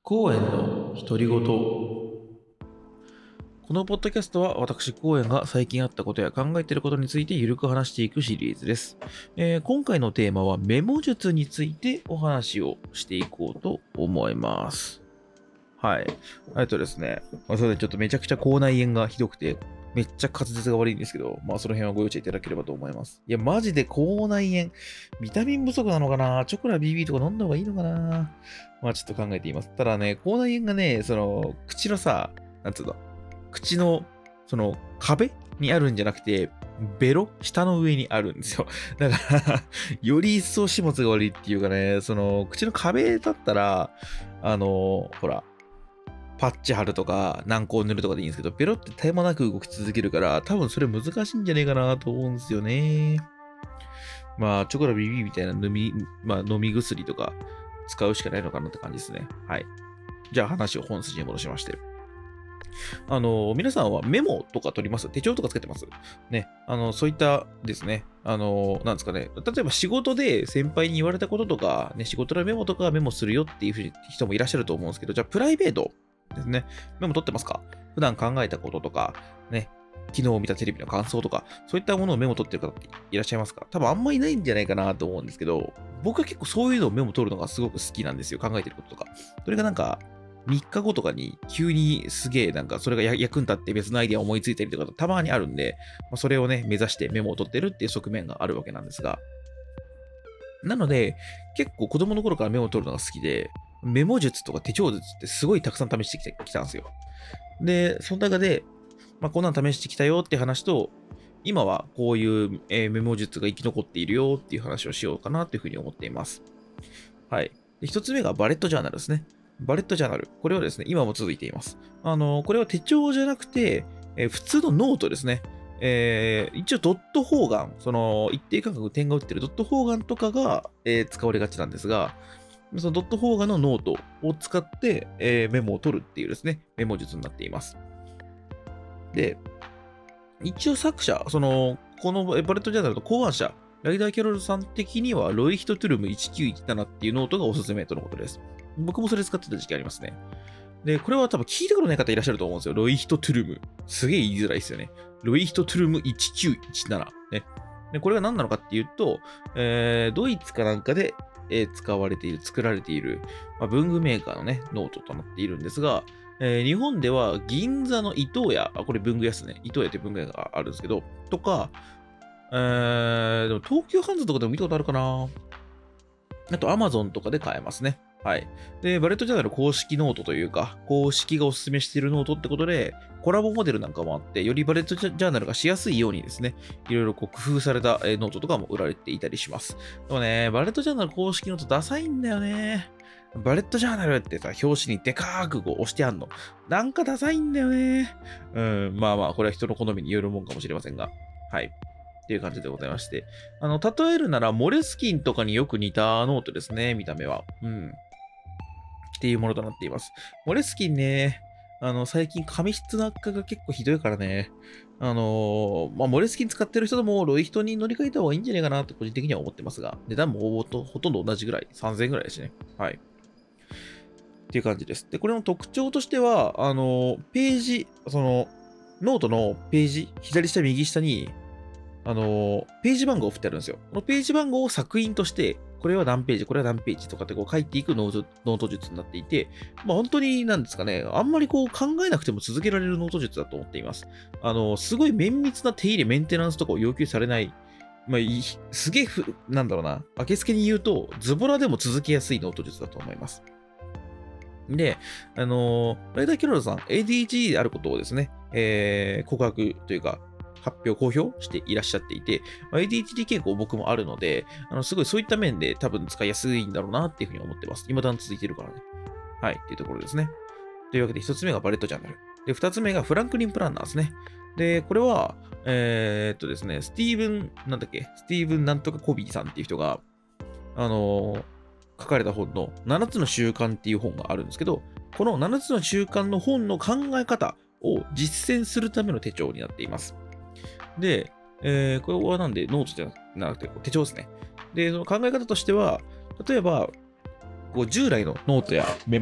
公園の独り言。このポッドキャストは私公園が最近あったことや考えていることについてゆるく話していくシリーズです。今回のテーマはメモ術についてお話をしていこうと思います。はい。ですね、それでちょっとめちゃくちゃ口内炎がひどくて、めっちゃ滑舌が悪いんですけど、その辺はご容赦いただければと思います。いや、マジで口内炎、ビタミン不足なのかな、チョコラ BB とか飲んだ方がいいのかな、ちょっと考えています。ただね、口内炎がね、口のさ、なんつうの、口の、壁にあるんじゃなくて、下の上にあるんですよ。だからより一層始末が悪いっていうかね、口の壁だったら、ほら、パッチ貼るとか、軟膏塗るとかでいいんですけど、ペロって絶え間なく動き続けるから、多分それ難しいんじゃねえかなと思うんですよね。チョコラ BB みたいな飲み薬とか使うしかないのかなって感じですね。はい。じゃあ話を本筋に戻しまして。皆さんはメモとか取ります？手帳とかつけてますね。そういったですね、なんですかね。例えば仕事で先輩に言われたこととか、ね、仕事のメモとかメモするよっていう人もいらっしゃると思うんですけど、じゃあプライベートですね。メモ取ってますか？普段考えたこととか、ね、昨日見たテレビの感想とか、そういったものをメモ取ってる方っていらっしゃいますか？多分あんまいないんじゃないかなと思うんですけど、僕は結構そういうのをメモ取るのがすごく好きなんですよ。考えてることとか。それがなんか、3日後とかに急にすげえなんかそれが役に立って別のアイデアを思いついたりとかたまにあるんで、それをね、目指してメモを取ってるっていう側面があるわけなんですが、なので、結構子供の頃からメモを取るのが好きで、メモ術とか手帳術ってすごいたくさん試してきたんですよ。で、その中で、こんなの試してきたよっていう話と、今はこういう、メモ術が生き残っているよっていう話をしようかなというふうに思っています。はい。で、一つ目がバレットジャーナルですね。バレットジャーナル。これはですね、今も続いています。これは手帳じゃなくて、普通のノートですね。一応ドット方眼、一定間隔点が打ってるドット方眼とかが、使われがちなんですが、そのドット方眼のノートを使って、メモを取るっていうですね、メモ術になっています。で、一応作者、このバレットジャーナルの考案者、ライダー・キャロルさん的には、ロイヒトトゥルム1917っていうノートがおすすめとのことです。僕もそれ使ってた時期ありますね。で、これは多分聞いたことない方いらっしゃると思うんですよ。ロイヒトトゥルム。すげえ言いづらいですよね。ロイヒトトゥルム1917。ね。で、これが何なのかっていうと、ドイツかなんかで、使われている、作られている、文具メーカーのね、ノートとなっているんですが、日本では銀座の伊東屋、これ文具屋ですね。伊東屋って文具屋があるんですけど、とか、でも東急ハンズとかでも見たことあるかな。あと Amazon とかで買えますね。はい。で、バレットジャーナル公式ノートというか、公式がおすすめしているノートってことで、コラボモデルなんかもあって、よりバレットジャーナルがしやすいようにですね、いろいろ工夫されたノートとかも売られていたりします。でもね、バレットジャーナル公式ノートダサいんだよね。バレットジャーナルってさ、表紙にでかーく押してあんの。なんかダサいんだよね。これは人の好みによるもんかもしれませんが。はい。っていう感じでございまして。例えるなら、モレスキンとかによく似たノートですね、見た目は。っていうものとなっています。モレスキンね、最近紙質の悪化が結構ひどいからね。モレスキン使ってる人でもロイヒトに乗り換えた方がいいんじゃないかなって個人的には思ってますが、値段もほとんど同じぐらい、3000円ぐらいですね。はい。っていう感じです。で、これの特徴としては、ページ、ノートのページ、左下、右下に、ページ番号を振ってあるんですよ。このページ番号を作品として、これは何ページ、これは何ページとかって書いていくノート術になっていて、本当になんですかね、あんまり考えなくても続けられるノート術だと思っています。すごい綿密な手入れ、メンテナンスとかを要求されない、すげえなんだろうな、あけすけに言うと、ズボラでも続けやすいノート術だと思います。で、ライダー・キャロルさん、ADHD であることをですね、告白というか、公表していらっしゃっていて、ADHD 傾向僕もあるので、すごいそういった面で多分使いやすいんだろうなっていうふうに思ってます。未だに続いてるからね。はい、っていうところですね。というわけで、一つ目がバレットジャーナル。で、二つ目がフランクリン・プランナーですね。で、これは、ですね、スティーブンなんとかコビーさんっていう人が、書かれた本の7つの習慣っていう本があるんですけど、この7つの習慣の本の考え方を実践するための手帳になっています。で、これはなんでノートじゃなくて手帳ですね。で、その考え方としては、例えば、従来のノートやメモ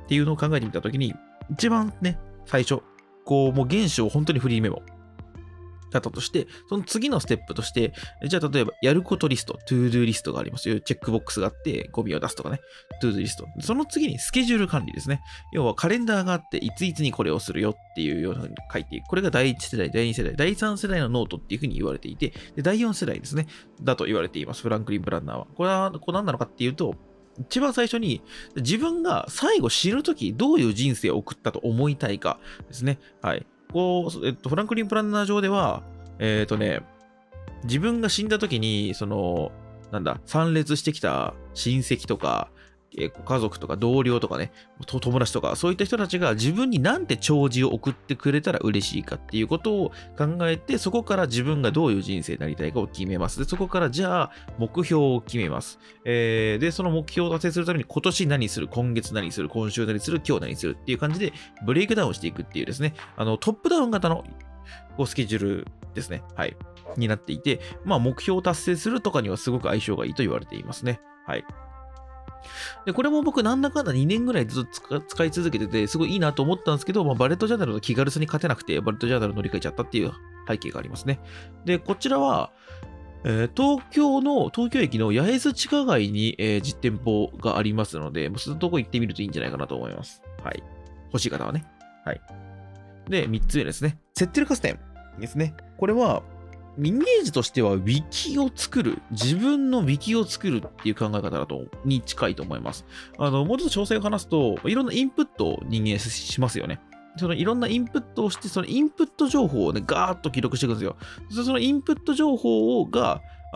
っていうのを考えてみたときに、一番ね、最初、こう、もう原資を本当にフリーメモだったとして、その次のステップとして、じゃあ例えば、やることリスト、トゥードゥリストがありますよ。チェックボックスがあって、ゴミを出すとかね、トゥードゥリスト。その次にスケジュール管理ですね。要はカレンダーがあって、いついつにこれをするよっていうような風に書いていく。これが第1世代、第2世代、第3世代のノートっていう風に言われていて、で第4世代ですね、だと言われています。フランクリン・プランナーは。これは、何なのかっていうと、一番最初に自分が最後死ぬときどういう人生を送ったと思いたいかですね。はい。こう、フランクリン・プランナー上では、自分が死んだ時に、参列してきた親戚とか、家族とか同僚とかね、友達とか、そういった人たちが自分になんて弔辞を送ってくれたら嬉しいかっていうことを考えて、そこから自分がどういう人生になりたいかを決めます。で、そこからじゃあ、目標を決めます。で、その目標を達成するために今年何する、今月何する、今週何する、今日何するっていう感じでブレイクダウンしていくっていうですね、トップダウン型のスケジュールですね。はい。になっていて、目標を達成するとかにはすごく相性がいいと言われていますね。はい。で、これも僕なんだかんだ2年ぐらいずっと使い続けてて、すごいいいなと思ったんですけど、バレットジャーナルの気軽さに勝てなくて、バレットジャーナル乗り換えちゃったっていう背景がありますね。で、こちらは、東京駅の八重洲地下街に、実店舗がありますので、そういうとこ行ってみるといいんじゃないかなと思います。はい。欲しい方はね。はい。で、3つ目ですね。セッテルカステンですね。これは、イメージとしては、ウィキを作る。自分のウィキを作るっていう考え方に近いと思います。もうちょっと詳細を話すと、いろんなインプットを人間しますよね。そのいろんなインプットをして、そのインプット情報をね、ガーッと記録していくんですよ。そのインプット情報が、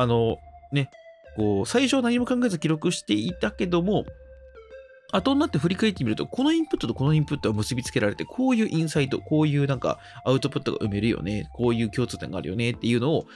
最初は何も考えず記録していたけども、後になって振り返ってみると、このインプットとこのインプットは結びつけられて、こういうインサイト、こういうアウトプットが埋めるよね、こういう共通点があるよねっていうのを、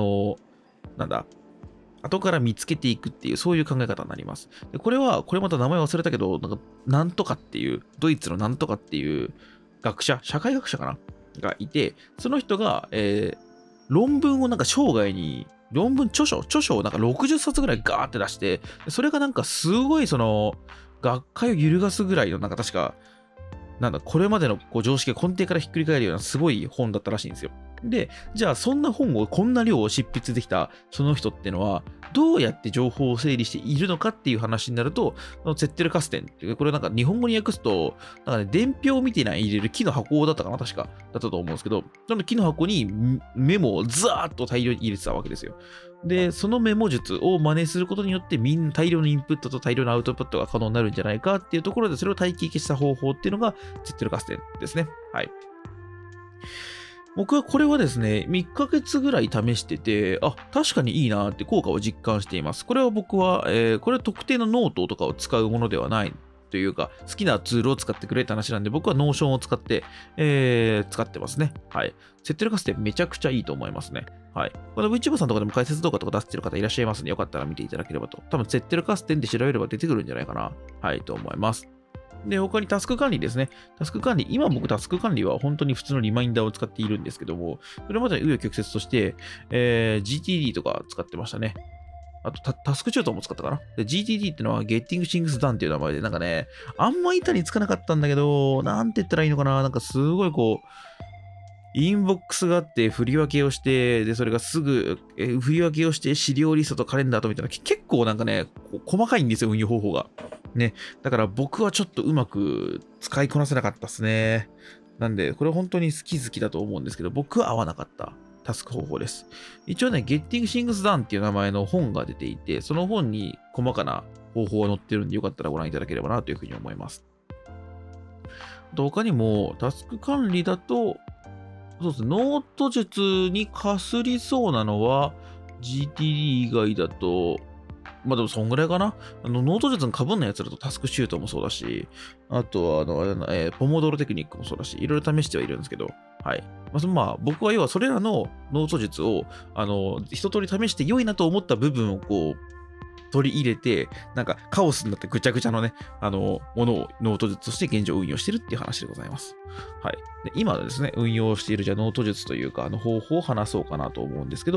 後から見つけていくっていう、そういう考え方になります。でこれまた名前忘れたけど、なんとかっていう、ドイツのなんとかっていう社会学者かながいて、その人が、論文を生涯に、著書を60冊ぐらいガーって出して、それがすごい学会を揺るがすぐらいの確か、これまでの常識が根底からひっくり返るようなすごい本だったらしいんですよ。で、じゃあそんな本をこんな量を執筆できたその人ってのは、どうやって情報を整理しているのかっていう話になると、セッテルカステンっていう、これ日本語に訳すと、伝票みたいなの入れる木の箱だったかな確か。だったと思うんですけど、その木の箱にメモをザーッと大量に入れてたわけですよ。で、そのメモ術を真似することによって大量のインプットと大量のアウトプットが可能になるんじゃないかっていうところで、それを体系化した方法っていうのがセッテルカステンですね。はい。僕はこれはですね、3ヶ月ぐらい試してて、確かにいいなって効果を実感しています。これは僕は、これは特定のノートとかを使うものではないというか、好きなツールを使ってくれって話なんで、僕はノーションを使って、使ってますね。はい。セッテルカステンめちゃくちゃいいと思いますね。はい。この VTuber さんとかでも解説動画とか出してる方いらっしゃいますので、よかったら見ていただければと。多分、セッテルカステンで調べれば出てくるんじゃないかな。はい、と思います。で、他にタスク管理ですね。タスク管理。今僕タスク管理は本当に普通のリマインダーを使っているんですけども、それまでは紆余曲折として、GTD とか使ってましたね。あとタスクチュートも使ったかな。で GTD ってのは Getting Things Done っていう名前で、あんま板につかなかったんだけど、なんて言ったらいいのかな。すごいインボックスがあって、振り分けをして、で、それがすぐ、振り分けをして、資料リストとカレンダーとみたいな、結構細かいんですよ、運用方法が。ね。だから僕はちょっとうまく使いこなせなかったですね。なんで、これ本当に好きだと思うんですけど、僕は合わなかったタスク方法です。一応ね、Getting Things Done っていう名前の本が出ていて、その本に細かな方法が載ってるんで、よかったらご覧いただければなというふうに思います。他にも、タスク管理だと、そうですね、ノート術にかすりそうなのは、GTD 以外だと、でもそんぐらいかな。ノート術に被んないやつだとタスクシュートもそうだし、あとはポモドーロテクニックもそうだし、いろいろ試してはいるんですけど、はい。僕は要はそれらのノート術を、一通り試して良いなと思った部分を取り入れて、カオスになってぐちゃぐちゃのね、ものをノート術として現状運用してるっていう話でございます。はい。で今ですね、運用しているノート術というか、方法を話そうかなと思うんですけど、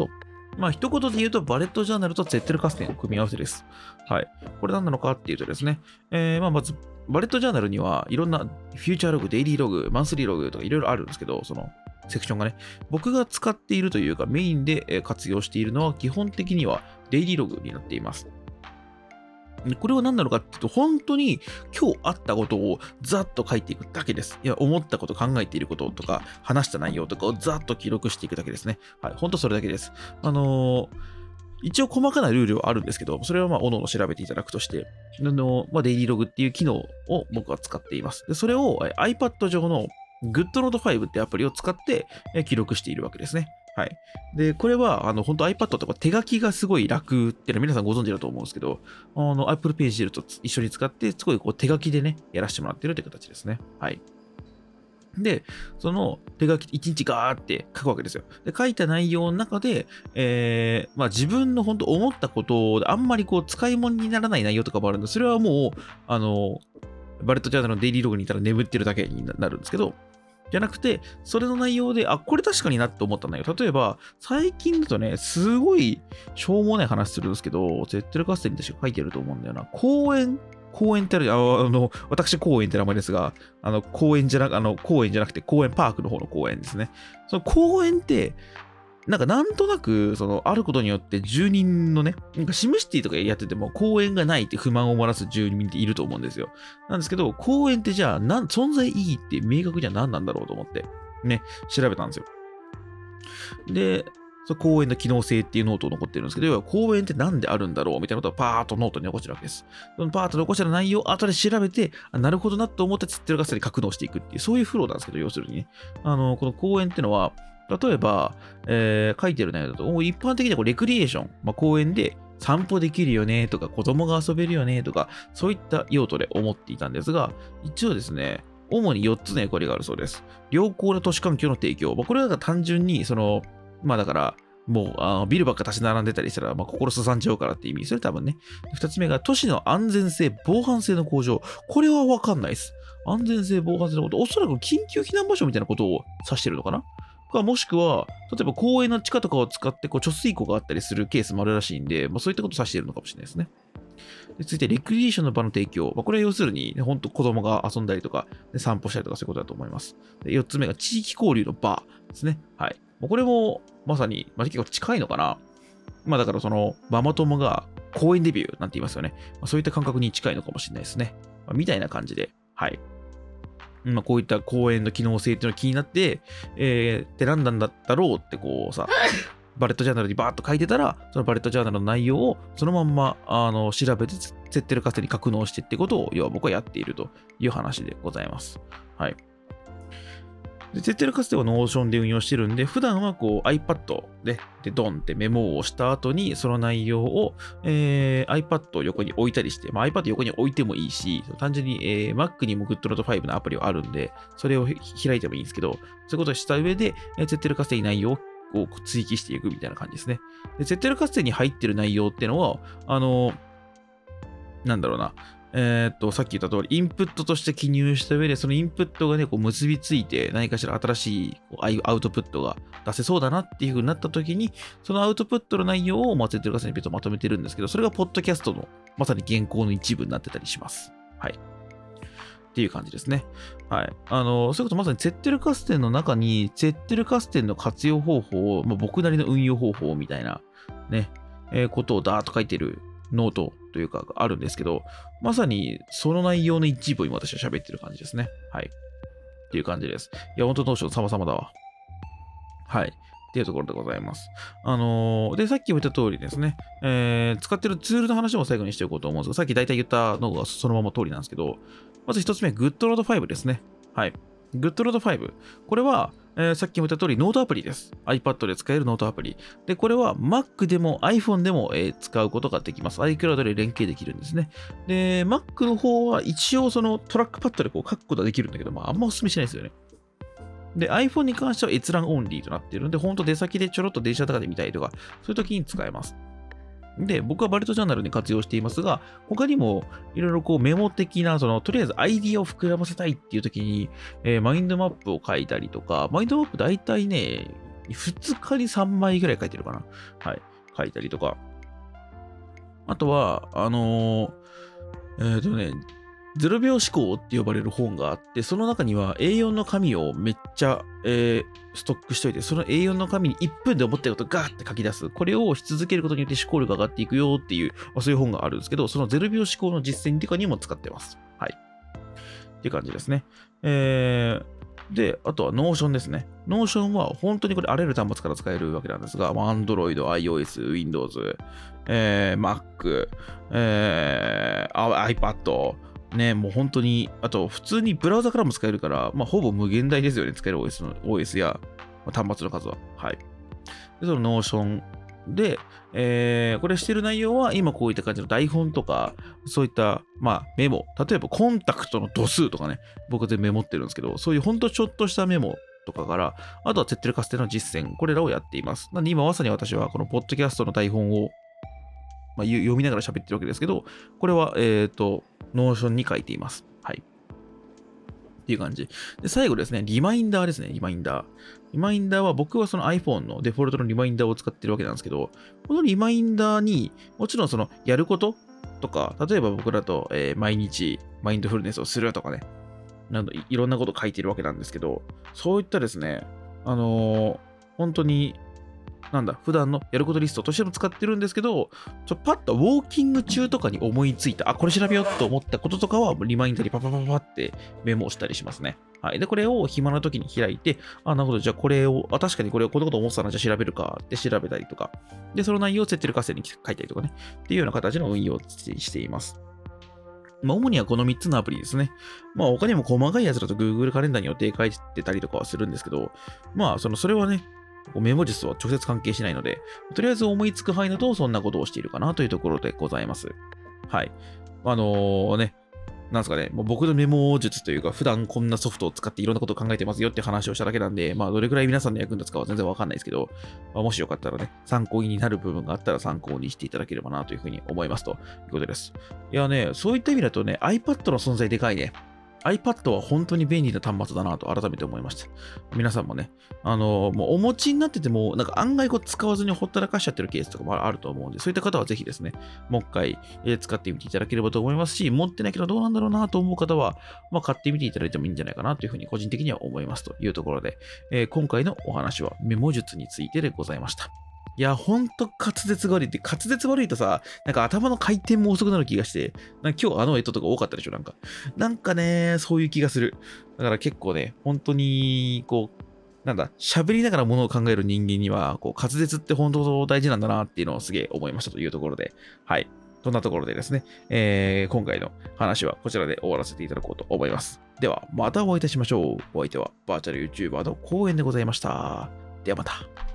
まあ、一言で言うと、バレットジャーナルとゼッテル合戦を組み合わせです。はい。これ何なのかっていうとですね、まあ、まず、バレットジャーナルにはいろんなフューチャーログ、デイリーログ、マンスリーログとかいろいろあるんですけど、そのセクションがね、僕が使っているというか、メインで活用しているのは、基本的にはデイリーログになっています。これは何なのかっていうと、本当に今日あったことをざっと書いていくだけです。いや、思ったこと、考えていることとか、話した内容とかをざっと記録していくだけですね。はい、本当それだけです。一応細かなルールはあるんですけど、それはまあ、おのおの調べていただくとして、まあ、デイリーログっていう機能を僕は使っています。で、それをiPad 上の GoodNote5 ってアプリを使って記録しているわけですね。はい。で、これは、本当 iPad とか手書きがすごい楽っていうのは皆さんご存知だと思うんですけど、Apple Pencil と一緒に使って、すごいこう手書きでね、やらせてもらってるって形ですね。はい。で、その手書き、一日ガーって書くわけですよ。で、書いた内容の中で、まあ自分の本当思ったことで、あんまりこう使い物にならない内容とかもあるんで、それはもう、バレットジャーナルのデイリーログにいたら眠ってるだけになるんですけど、じゃなくて、それの内容で、あ、これ確かになって思った内容。例えば、最近だとね、すごいしょうもない話するんですけど、ゼッテルカステに確か書いてると思うんだよな。公園ってある、私公園って名前ですが、公園じゃなくて公園パークの方の公園ですね。その公園って、なんとなく、あることによって住人のね、シムシティとかやってても公園がないって不満を漏らす住民っていると思うんですよ。なんですけど、公園ってじゃあ、存在意義って明確には何なんだろうと思って、ね、調べたんですよ。で、その公園の機能性っていうノートを残ってるんですけど、要は公園ってなんであるんだろうみたいなことをパーッとノートに残してるわけです。そのパーッと残した内容を後で調べて、なるほどなと思って釣ってるガスに格納していくっていう、そういうフローなんですけど、要するにね。この公園ってのは、例えば、書いてる内容だと、一般的にはレクリエーション、公園で散歩できるよねとか、子供が遊べるよねとか、そういった用途で思っていたんですが、一応ですね、主に4つの役割があるそうです。良好な都市環境の提供。これは単純に、だから、もうビルばっか立ち並んでたりしたら、心すさんじゃうからって意味。それ多分ね。2つ目が都市の安全性、防犯性の向上。これはわかんないです。安全性、防犯性のこと、おそらく緊急避難場所みたいなことを指してるのかな、もしくは、例えば公園の地下とかを使って貯水湖があったりするケースもあるらしいんで、そういったことを指しているのかもしれないですね。で続いて、レクリエーションの場の提供。これは要するに、本当子供が遊んだりとか、散歩したりとかそういうことだと思います。で4つ目が地域交流の場ですね。はい。これも、まさに、結構近いのかな。だからママ友が公園デビューなんて言いますよね。そういった感覚に近いのかもしれないですね。みたいな感じで、はい。こういった公園の機能性っていうのが気になって、って何なんだろうってバレットジャーナルにバーッと書いてたら、そのバレットジャーナルの内容をそのまんま調べて、セッテルカステに格納してってことを、要は僕はやっているという話でございます。はい。で、セッテルカステは Notion で運用してるんで、普段はiPad でドンってメモを押した後に、その内容を、iPad を横に置いたりして、iPad 横に置いてもいいし、単純に、Mac にも GoodNote5 のアプリはあるんで、それを開いてもいいんですけど、そういうことをした上で、セッテルカステに内容を追記していくみたいな感じですね。で、セッテルカステに入ってる内容っていうのは、なんだろうな、さっき言った通り、インプットとして記入した上で、そのインプットがね、結びついて、何かしら新しいアウトプットが出せそうだなっていう風になった時に、そのアウトプットの内容をゼッテルカステにまとめてるんですけど、それがポッドキャストのまさに原稿の一部になってたりします。はい。っていう感じですね。はい。そういうことまさにゼッテルカステンの中に、ゼッテルカステンの活用方法を、僕なりの運用方法みたいな、ね、ことをダーッと書いてるノートというかあるんですけど、まさにその内容の一部を今私は喋ってる感じですね。はい。っていう感じです。いや、本当ノーション様々だわ。はい。っていうところでございます。で、さっきも言った通りですね、使ってるツールの話も最後にしておこうと思うんですが、さっき大体言ったのがそのまま通りなんですけど、まず一つ目、GoodNote5 ですね。はい。GoodNote5。これは、さっきも言った通り、ノートアプリです。iPad で使えるノートアプリ。で、これは Mac でも iPhone でも、使うことができます。iCloud で連携できるんですね。で、Mac の方は一応そのトラックパッドで書くことができるんだけど、あんまお勧めしないですよね。で、iPhone に関しては閲覧オンリーとなっているので、ほんと出先でちょろっと電車とかで見たいとか、そういう時に使えます。で、僕はバレットジャーナルに活用していますが、他にもいろいろメモ的な、とりあえずアイディアを膨らませたいっていう時に、マインドマップを書いたりとか、マインドマップ大体ね、 2日に3枚ぐらい書いてるかな。はい。書いたりとか。あとは、0秒思考って呼ばれる本があって、その中には A4 の紙をめっちゃ、ストックしといて、その A4 の紙に1分で思ったことをガーって書き出す。これをし続けることによって思考力が上がっていくよっていう、そういう本があるんですけど、その0秒思考の実践とかにも使ってます。はい。っていう感じですね。で、あとは Notion ですね。Notion は本当にこれあらゆる端末から使えるわけなんですが、Android、iOS、Windows、Mac、iPad、ね、もう本当に、あと普通にブラウザからも使えるから、ほぼ無限大ですよね、使える OS や、端末の数は。はい。で、その Notion で、これしてる内容は、今こういった感じの台本とか、そういった、メモ、例えばコンタクトの度数とかね、僕でメモってるんですけど、そういうほんとちょっとしたメモとかから、あとは徹底カステの実践、これらをやっています。なんで今まさに私はこのポッドキャストの台本を、読みながら喋ってるわけですけど、これは、ノーションに書いています。はい。っていう感じ。で、最後ですね、リマインダーですね、リマインダー。リマインダーは僕はその iPhone のデフォルトのリマインダーを使ってるわけなんですけど、このリマインダーにもちろんそのやることとか、例えば僕だと、毎日マインドフルネスをするとかね、いろんなこと書いてるわけなんですけど、そういったですね、本当に普段のやることリストとしても使ってるんですけど、パッとウォーキング中とかに思いついた、これ調べようと思ったこととかは、リマインダーにパパパパってメモをしたりしますね。はい。で、これを暇な時に開いて、なるほど、じゃあこれを、確かにこれをこのこと思ってたな、じゃあ調べるかって調べたりとか、で、その内容を設定るカセに書いたりとかね、っていうような形の運用をしています。主にはこの3つのアプリですね。他にも細かいやつだと Google カレンダーに予定書いてたりとかはするんですけど、それはね、メモ術とは直接関係しないので、とりあえず思いつく範囲だとそんなことをしているかなというところでございます。はい。なんですかね、もう僕のメモ術というか、普段こんなソフトを使っていろんなことを考えてますよって話をしただけなんで、どれくらい皆さんの役に立つかは全然わかんないですけど、もしよかったらね、参考になる部分があったら参考にしていただければなというふうに思いますということです。いやね、そういった意味だとね、iPad の存在でかいね。iPad は本当に便利な端末だなと改めて思いました。皆さんもね、もうお持ちになってても、案外使わずにほったらかしちゃってるケースとかもあると思うんで、そういった方はぜひですね、もう一回、使ってみていただければと思いますし、持ってないけどどうなんだろうなと思う方は、買ってみていただいてもいいんじゃないかなというふうに個人的には思いますというところで、今回のお話はメモ術についてでございました。いや、ほんと滑舌が悪いって、滑舌悪いとさ、頭の回転も遅くなる気がして、今日干支とか多かったでしょ、そういう気がする。だから結構ね、本当に、喋りながらものを考える人間には、滑舌って本当大事なんだなっていうのをすげえ思いましたというところで、はい。そんなところでですね、今回の話はこちらで終わらせていただこうと思います。では、またお会いいたしましょう。お相手はバーチャル YouTuber の公園でございました。ではまた。